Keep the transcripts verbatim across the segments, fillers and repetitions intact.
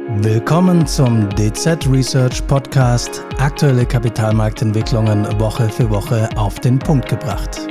Willkommen zum D Z Research Podcast. Aktuelle Kapitalmarktentwicklungen Woche für Woche auf den Punkt gebracht.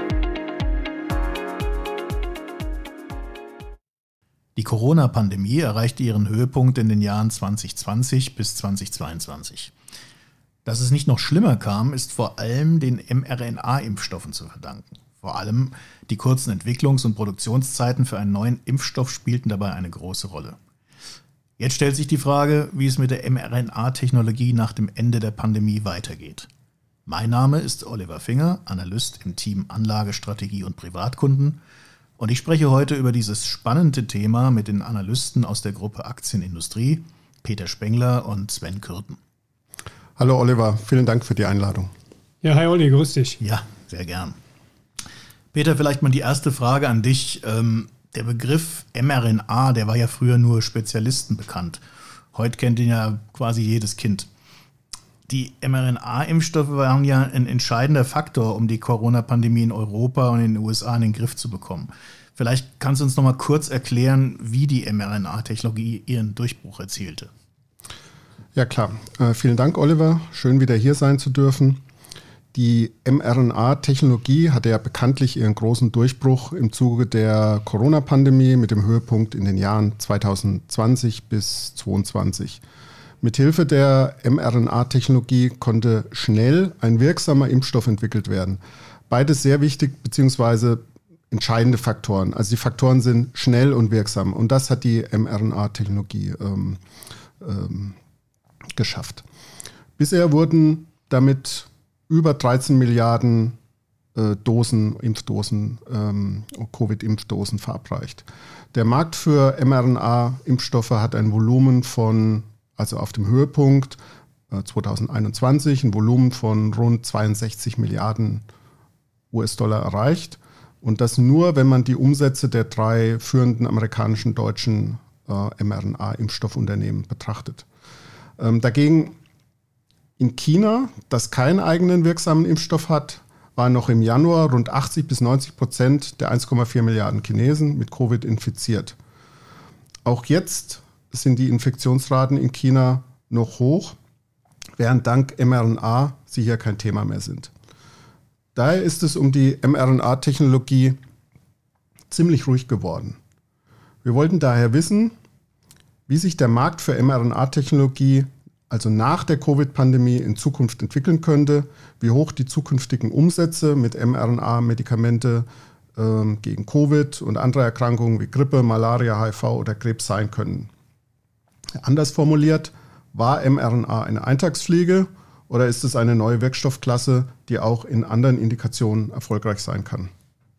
Die Corona-Pandemie erreichte ihren Höhepunkt in den Jahren zwanzig zwanzig bis zwanzig zweiundzwanzig. Dass es nicht noch schlimmer kam, ist vor allem den mRNA-Impfstoffen zu verdanken. Vor allem die kurzen Entwicklungs- und Produktionszeiten für einen neuen Impfstoff spielten dabei eine große Rolle. Jetzt stellt sich die Frage, wie es mit der mRNA-Technologie nach dem Ende der Pandemie weitergeht. Mein Name ist Oliver Finger, Analyst im Team Anlagestrategie und Privatkunden, und ich spreche heute über dieses spannende Thema mit den Analysten aus der Gruppe Aktienindustrie, Peter Spengler und Sven Kürten. Hallo Oliver, vielen Dank für die Einladung. Ja, hi Olli, grüß dich. Ja, sehr gern. Peter, vielleicht mal die erste Frage an dich. Ähm, Der Begriff mRNA, der war ja früher nur Spezialisten bekannt. Heute kennt ihn ja quasi jedes Kind. Die mRNA-Impfstoffe waren ja ein entscheidender Faktor, um die Corona-Pandemie in Europa und in den U S A in den Griff zu bekommen. Vielleicht kannst du uns noch mal kurz erklären, wie die mRNA-Technologie ihren Durchbruch erzielte. Ja klar, äh, vielen Dank Oliver, schön wieder hier sein zu dürfen. Die mRNA-Technologie hatte ja bekanntlich ihren großen Durchbruch im Zuge der Corona-Pandemie mit dem Höhepunkt in den Jahren zwanzig zwanzig bis zwanzig zweiundzwanzig. Mithilfe der mRNA-Technologie konnte schnell ein wirksamer Impfstoff entwickelt werden. Beides sehr wichtig bzw. entscheidende Faktoren. Also die Faktoren sind schnell und wirksam, und das hat die mRNA-Technologie ähm, ähm, geschafft. Bisher wurden damit über dreizehn Milliarden äh, Dosen, Impfdosen, ähm, Covid-Impfdosen verabreicht. Der Markt für mRNA-Impfstoffe hat ein Volumen von, also auf dem Höhepunkt äh, zwanzig einundzwanzig, ein Volumen von rund zweiundsechzig Milliarden U S-Dollar erreicht. Und das nur, wenn man die Umsätze der drei führenden amerikanischen, deutschen äh, mRNA-Impfstoffunternehmen betrachtet. Ähm, dagegen in China, das keinen eigenen wirksamen Impfstoff hat, waren noch im Januar rund achtzig bis neunzig Prozent der eins Komma vier Milliarden Chinesen mit Covid infiziert. Auch jetzt sind die Infektionsraten in China noch hoch, während dank mRNA sie hier kein Thema mehr sind. Daher ist es um die mRNA-Technologie ziemlich ruhig geworden. Wir wollten daher wissen, wie sich der Markt für mRNA-Technologie also nach der Covid-Pandemie in Zukunft entwickeln könnte, wie hoch die zukünftigen Umsätze mit mRNA-Medikamente äh, gegen Covid und andere Erkrankungen wie Grippe, Malaria, H I V oder Krebs sein können. Anders formuliert, war mRNA eine Eintagsfliege oder ist es eine neue Wirkstoffklasse, die auch in anderen Indikationen erfolgreich sein kann?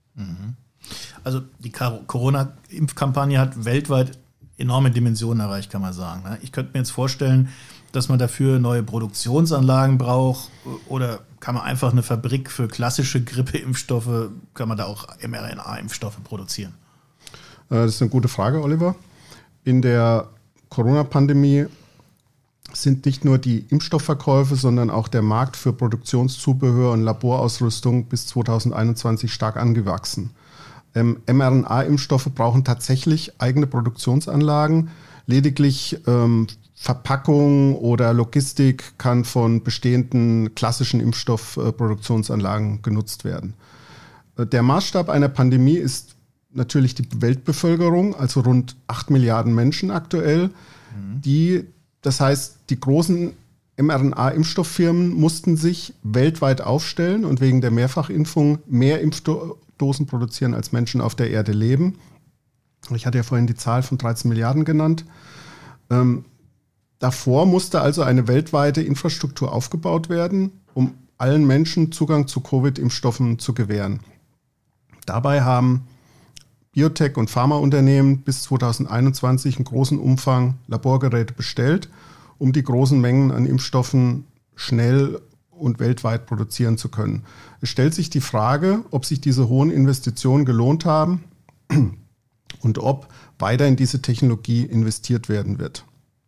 Also die Corona-Impfkampagne hat weltweit enorme Dimensionen erreicht, kann man sagen. Ich könnte mir jetzt vorstellen, dass man dafür neue Produktionsanlagen braucht, oder kann man einfach eine Fabrik für klassische Grippeimpfstoffe, kann man da auch mRNA-Impfstoffe produzieren? Das ist eine gute Frage, Oliver. In der Corona-Pandemie sind nicht nur die Impfstoffverkäufe, sondern auch der Markt für Produktionszubehör und Laborausrüstung bis zwanzig einundzwanzig stark angewachsen. Ähm, mRNA-Impfstoffe brauchen tatsächlich eigene Produktionsanlagen. Lediglich ähm, Verpackung oder Logistik kann von bestehenden klassischen Impfstoffproduktionsanlagen äh, genutzt werden. Äh, der Maßstab einer Pandemie ist natürlich die Weltbevölkerung, also rund acht Milliarden Menschen aktuell. Mhm. Die, das heißt, die großen mRNA-Impfstofffirmen mussten sich weltweit aufstellen und wegen der Mehrfachimpfung mehr Impfdosen produzieren, als Menschen auf der Erde leben. Ich hatte ja vorhin die Zahl von dreizehn Milliarden genannt. Ähm, davor musste also eine weltweite Infrastruktur aufgebaut werden, um allen Menschen Zugang zu Covid-Impfstoffen zu gewähren. Dabei haben Biotech- und Pharmaunternehmen bis zwanzig einundzwanzig in großem Umfang Laborgeräte bestellt, um die großen Mengen an Impfstoffen schnell und weltweit produzieren zu können. Es stellt sich die Frage, ob sich diese hohen Investitionen gelohnt haben und ob weiter in diese Technologie investiert werden wird.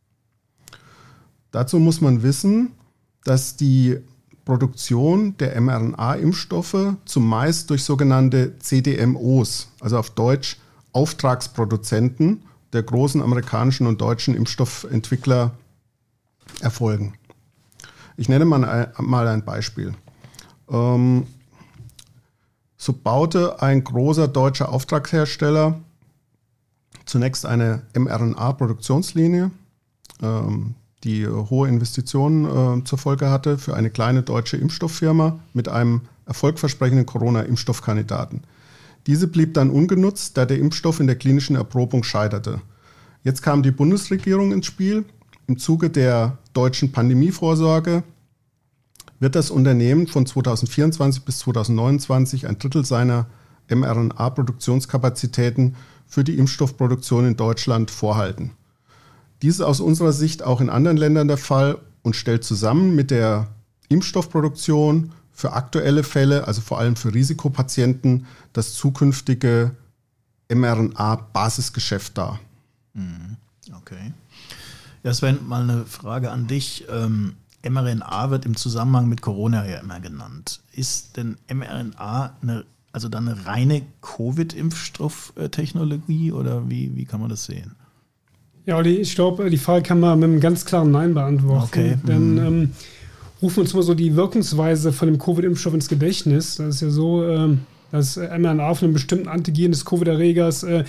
Dazu muss man wissen, dass die Produktion der mRNA-Impfstoffe zumeist durch sogenannte C D M Os, also auf Deutsch Auftragsproduzenten, der großen amerikanischen und deutschen Impfstoffentwickler erfolgen. Ich nenne mal ein, mal ein Beispiel. Ähm, so baute ein großer deutscher Auftragshersteller zunächst eine mRNA-Produktionslinie, ähm, die hohe Investitionen äh, zur Folge hatte für eine kleine deutsche Impfstofffirma mit einem erfolgversprechenden Corona-Impfstoffkandidaten. Diese blieb dann ungenutzt, da der Impfstoff in der klinischen Erprobung scheiterte. Jetzt kam die Bundesregierung ins Spiel. Im Zuge der deutschen Pandemievorsorge wird das Unternehmen von zweitausendvierundzwanzig bis zweitausendneunundzwanzig ein Drittel seiner mRNA-Produktionskapazitäten für die Impfstoffproduktion in Deutschland vorhalten. Dies ist aus unserer Sicht auch in anderen Ländern der Fall und stellt zusammen mit der Impfstoffproduktion für aktuelle Fälle, also vor allem für Risikopatienten, das zukünftige mRNA-Basisgeschäft dar. Okay. Ja, Sven, mal eine Frage an dich. Ähm, mRNA wird im Zusammenhang mit Corona ja immer genannt. Ist denn mRNA eine, also dann eine reine Covid-Impfstofftechnologie oder wie, wie kann man das sehen? Ja, Olli, ich glaube, die Frage kann man mit einem ganz klaren Nein beantworten. Okay. Denn Mhm. ähm, rufen wir uns mal so die Wirkungsweise von dem Covid-Impfstoff ins Gedächtnis. Das ist ja so, ähm, dass mRNA von einem bestimmten Antigen des Covid-Erregers äh,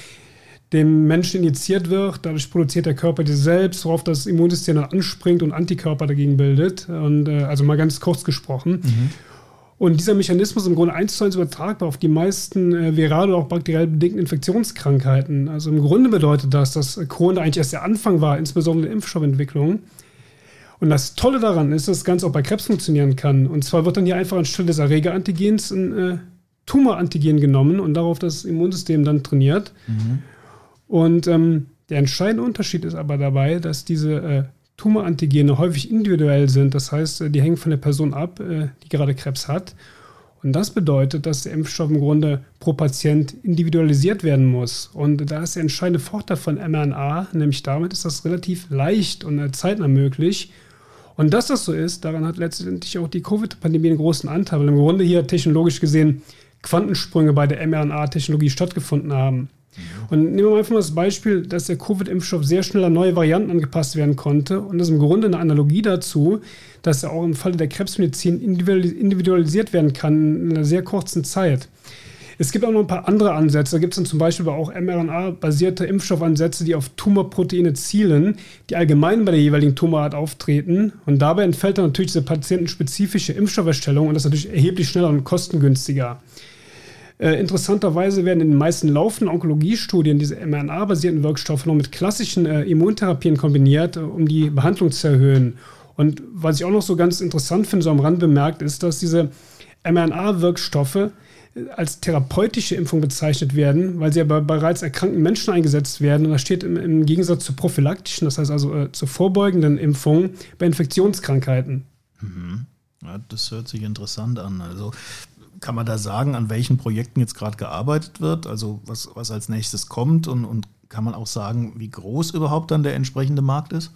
dem Menschen injiziert wird. Dadurch produziert der Körper die selbst, worauf das Immunsystem dann anspringt und Antikörper dagegen bildet. Und, äh, also mal ganz kurz gesprochen. Mhm. Und dieser Mechanismus ist im Grunde eins zu eins übertragbar auf die meisten äh, viral oder auch bakteriell bedingten Infektionskrankheiten. Also im Grunde bedeutet das, dass Corona eigentlich erst der Anfang war, insbesondere der Impfstoffentwicklung. Und das Tolle daran ist, dass das Ganze auch bei Krebs funktionieren kann. Und zwar wird dann hier einfach anstelle des Erregerantigens ein äh, Tumorantigen genommen und darauf das Immunsystem dann trainiert. Mhm. Und ähm, der entscheidende Unterschied ist aber dabei, dass diese äh, Tumorantigene häufig individuell sind. Das heißt, die hängen von der Person ab, die gerade Krebs hat. Und das bedeutet, dass der Impfstoff im Grunde pro Patient individualisiert werden muss. Und da ist der entscheidende Vorteil von mRNA, nämlich damit ist das relativ leicht und zeitnah möglich. Und dass das so ist, daran hat letztendlich auch die Covid-Pandemie einen großen Anteil, weil im Grunde hier technologisch gesehen Quantensprünge bei der mRNA-Technologie stattgefunden haben. Und nehmen wir einfach mal das Beispiel, dass der Covid-Impfstoff sehr schnell an neue Varianten angepasst werden konnte. Und das ist im Grunde eine Analogie dazu, dass er auch im Falle der Krebsmedizin individualisiert werden kann in einer sehr kurzen Zeit. Es gibt auch noch ein paar andere Ansätze. Da gibt es dann zum Beispiel auch mRNA-basierte Impfstoffansätze, die auf Tumorproteine zielen, die allgemein bei der jeweiligen Tumorart auftreten. Und dabei entfällt dann natürlich diese patientenspezifische Impfstofferstellung und das ist natürlich erheblich schneller und kostengünstiger. Äh, interessanterweise werden in den meisten laufenden Onkologiestudien diese mRNA-basierten Wirkstoffe noch mit klassischen äh, Immuntherapien kombiniert, äh, um die Behandlung zu erhöhen. Und was ich auch noch so ganz interessant finde, so am Rand bemerkt, ist, dass diese mRNA-Wirkstoffe äh, als therapeutische Impfung bezeichnet werden, weil sie ja bei bereits erkrankten Menschen eingesetzt werden. Und das steht im, im Gegensatz zur prophylaktischen, das heißt also äh, zur vorbeugenden Impfung bei Infektionskrankheiten. Mhm. Ja, das hört sich interessant an. Also kann man da sagen, an welchen Projekten jetzt gerade gearbeitet wird, also was, was als nächstes kommt und, und kann man auch sagen, wie groß überhaupt dann der entsprechende Markt ist?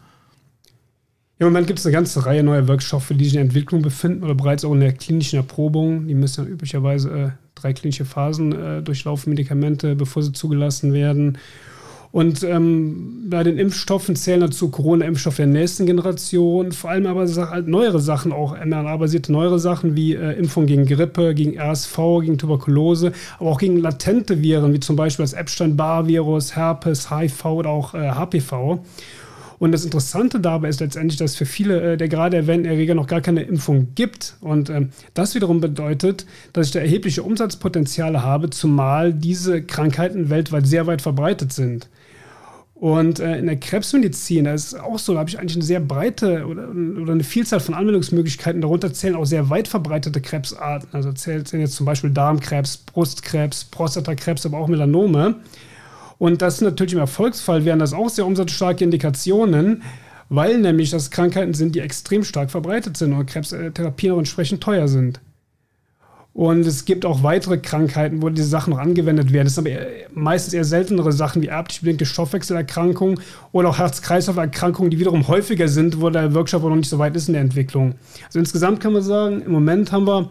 Im Moment gibt es eine ganze Reihe neuer Wirkstoffe, die sich in der Entwicklung befinden oder bereits auch in der klinischen Erprobung. Die müssen ja üblicherweise äh, drei klinische Phasen äh, durchlaufen, Medikamente, bevor sie zugelassen werden. Und ähm, bei den Impfstoffen zählen dazu Corona-Impfstoffe der nächsten Generation, vor allem aber halt neuere Sachen, auch mRNA-basierte neuere Sachen wie äh, Impfung gegen Grippe, gegen R S V, gegen Tuberkulose, aber auch gegen latente Viren, wie zum Beispiel das Epstein-Barr-Virus, Herpes, H I V oder auch äh, H P V. Und das Interessante dabei ist letztendlich, dass es für viele äh, der gerade erwähnten Erreger noch gar keine Impfung gibt. Und ähm, das wiederum bedeutet, dass ich da erhebliche Umsatzpotenziale habe, zumal diese Krankheiten weltweit sehr weit verbreitet sind. Und äh, in der Krebsmedizin, da ist es auch so, da habe ich eigentlich eine sehr breite oder, oder eine Vielzahl von Anwendungsmöglichkeiten. Darunter zählen auch sehr weit verbreitete Krebsarten. Also zählen jetzt zum Beispiel Darmkrebs, Brustkrebs, Prostatakrebs, aber auch Melanome. Und das natürlich im Erfolgsfall wären das auch sehr umsatzstarke Indikationen, weil nämlich das Krankheiten sind, die extrem stark verbreitet sind und Krebstherapien auch entsprechend teuer sind. Und es gibt auch weitere Krankheiten, wo diese Sachen noch angewendet werden. Das sind aber eher, meistens eher seltenere Sachen wie erblich bedingte Stoffwechselerkrankungen oder auch Herz-Kreislauf-Erkrankungen, die wiederum häufiger sind, wo der Wirkstoff auch noch nicht so weit ist in der Entwicklung. Also insgesamt kann man sagen, im Moment haben wir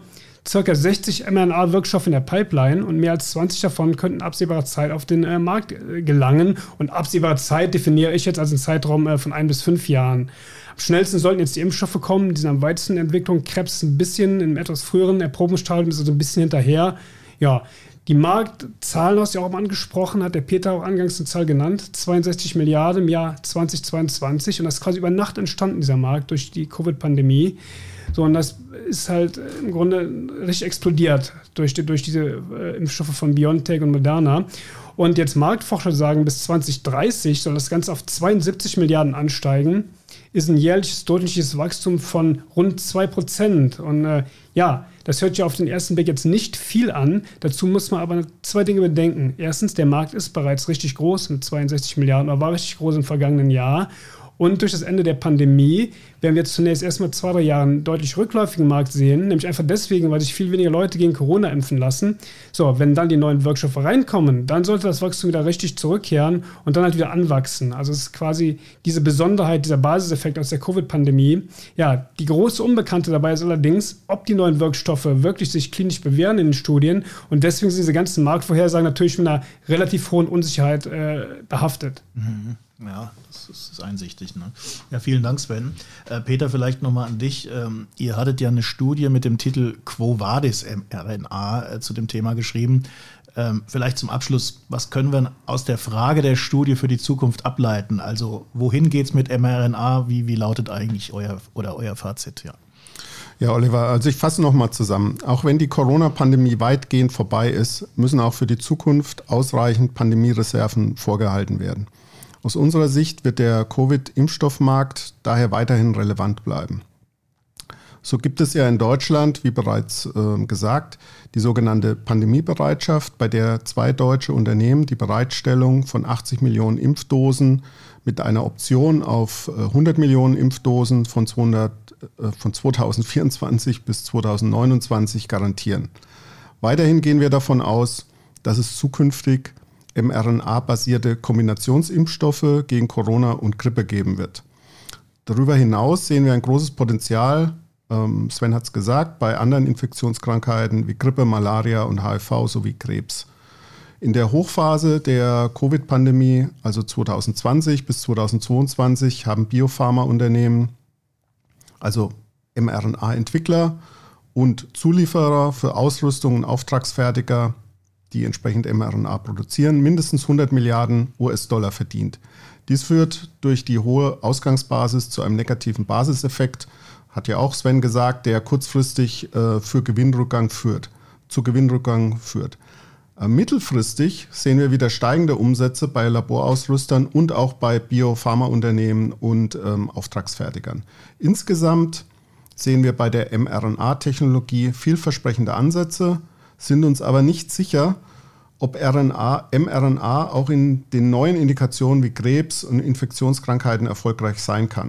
circa sechzig mRNA-Wirkstoffe in der Pipeline und mehr als zwanzig davon könnten in absehbarer Zeit auf den äh, Markt äh, gelangen. Und absehbare Zeit definiere ich jetzt als einen Zeitraum äh, von ein bis fünf Jahren. Am schnellsten sollten jetzt die Impfstoffe kommen, die sind am weitesten in Entwicklung. Krebs ein bisschen im etwas früheren Erprobungsstadium, ist also ein bisschen hinterher. Ja, die Marktzahlen hast du ja auch mal angesprochen, hat der Peter auch angangs eine Zahl genannt, zweiundsechzig Milliarden im Jahr zweitausendzweiundzwanzig und das ist quasi über Nacht entstanden, dieser Markt, durch die Covid-Pandemie. So, und das ist halt im Grunde richtig explodiert durch, die, durch diese äh, Impfstoffe von BioNTech und Moderna. Und jetzt Marktforscher sagen, bis zwanzig dreißig soll das Ganze auf zweiundsiebzig Milliarden ansteigen, ist ein jährliches durchschnittliches Wachstum von rund zwei Prozent. Und äh, ja, das hört ja auf den ersten Blick jetzt nicht viel an. Dazu muss man aber zwei Dinge bedenken. Erstens, der Markt ist bereits richtig groß mit zweiundsechzig Milliarden, oder war richtig groß im vergangenen Jahr. Und durch das Ende der Pandemie werden wir jetzt zunächst erstmal zwei, drei Jahre einen deutlich rückläufigen Markt sehen, nämlich einfach deswegen, weil sich viel weniger Leute gegen Corona impfen lassen. So, wenn dann die neuen Wirkstoffe reinkommen, dann sollte das Wachstum wieder richtig zurückkehren und dann halt wieder anwachsen. Also es ist quasi diese Besonderheit, dieser Basiseffekt aus der Covid-Pandemie. Ja, die große Unbekannte dabei ist allerdings, ob die neuen Wirkstoffe wirklich sich klinisch bewähren in den Studien, und deswegen sind diese ganzen Marktvorhersagen natürlich mit einer relativ hohen Unsicherheit äh, behaftet. Mhm. Ja, das ist einsichtig. Ne? Ja, vielen Dank, Sven. Äh, Peter, vielleicht nochmal an dich. Ähm, ihr hattet ja eine Studie mit dem Titel Quo Vadis mRNA äh, zu dem Thema geschrieben. Ähm, vielleicht zum Abschluss, was können wir aus der Frage der Studie für die Zukunft ableiten? Also wohin geht es mit mRNA? Wie, wie lautet eigentlich euer, oder euer Fazit? Ja. Ja, Oliver, also ich fasse nochmal zusammen. Auch wenn die Corona-Pandemie weitgehend vorbei ist, müssen auch für die Zukunft ausreichend Pandemiereserven vorgehalten werden. Aus unserer Sicht wird der Covid-Impfstoffmarkt daher weiterhin relevant bleiben. So gibt es ja in Deutschland, wie bereits äh, gesagt, die sogenannte Pandemiebereitschaft, bei der zwei deutsche Unternehmen die Bereitstellung von achtzig Millionen Impfdosen mit einer Option auf äh, hundert Millionen Impfdosen von, zweihundert, äh, von zweitausendvierundzwanzig bis zweitausendneunundzwanzig garantieren. Weiterhin gehen wir davon aus, dass es zukünftig mRNA-basierte Kombinationsimpfstoffe gegen Corona und Grippe geben wird. Darüber hinaus sehen wir ein großes Potenzial, ähm, Sven hat es gesagt, bei anderen Infektionskrankheiten wie Grippe, Malaria und H I V sowie Krebs. In der Hochphase der Covid-Pandemie, also zweitausendzwanzig bis zweitausendzweiundzwanzig, haben Biopharmaunternehmen, also mRNA-Entwickler und Zulieferer für Ausrüstung und Auftragsfertiger, die entsprechend mRNA produzieren, mindestens hundert Milliarden U S-Dollar verdient. Dies führt durch die hohe Ausgangsbasis zu einem negativen Basiseffekt, hat ja auch Sven gesagt, der kurzfristig äh, für Gewinnrückgang führt, zu Gewinnrückgang führt. Äh, mittelfristig sehen wir wieder steigende Umsätze bei Laborausrüstern und auch bei Biopharmaunternehmen und ähm, Auftragsfertigern. Insgesamt sehen wir bei der mRNA-Technologie vielversprechende Ansätze, sind uns aber nicht sicher, ob R N A, mRNA auch in den neuen Indikationen wie Krebs und Infektionskrankheiten erfolgreich sein kann.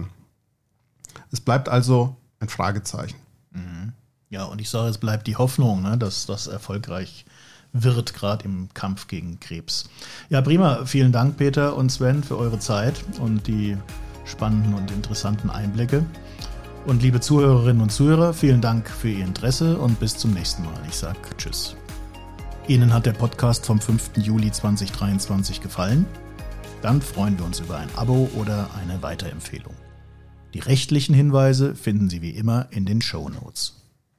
Es bleibt also ein Fragezeichen. Mhm. Ja, und ich sage, es bleibt die Hoffnung, ne, dass das erfolgreich wird, gerade im Kampf gegen Krebs. Ja, prima. Vielen Dank, Peter und Sven, für eure Zeit und die spannenden und interessanten Einblicke. Und liebe Zuhörerinnen und Zuhörer, vielen Dank für Ihr Interesse und bis zum nächsten Mal. Ich sage Tschüss. Ihnen hat der Podcast vom fünften Juli zweitausenddreiundzwanzig gefallen? Dann freuen wir uns über ein Abo oder eine Weiterempfehlung. Die rechtlichen Hinweise finden Sie wie immer in den Shownotes.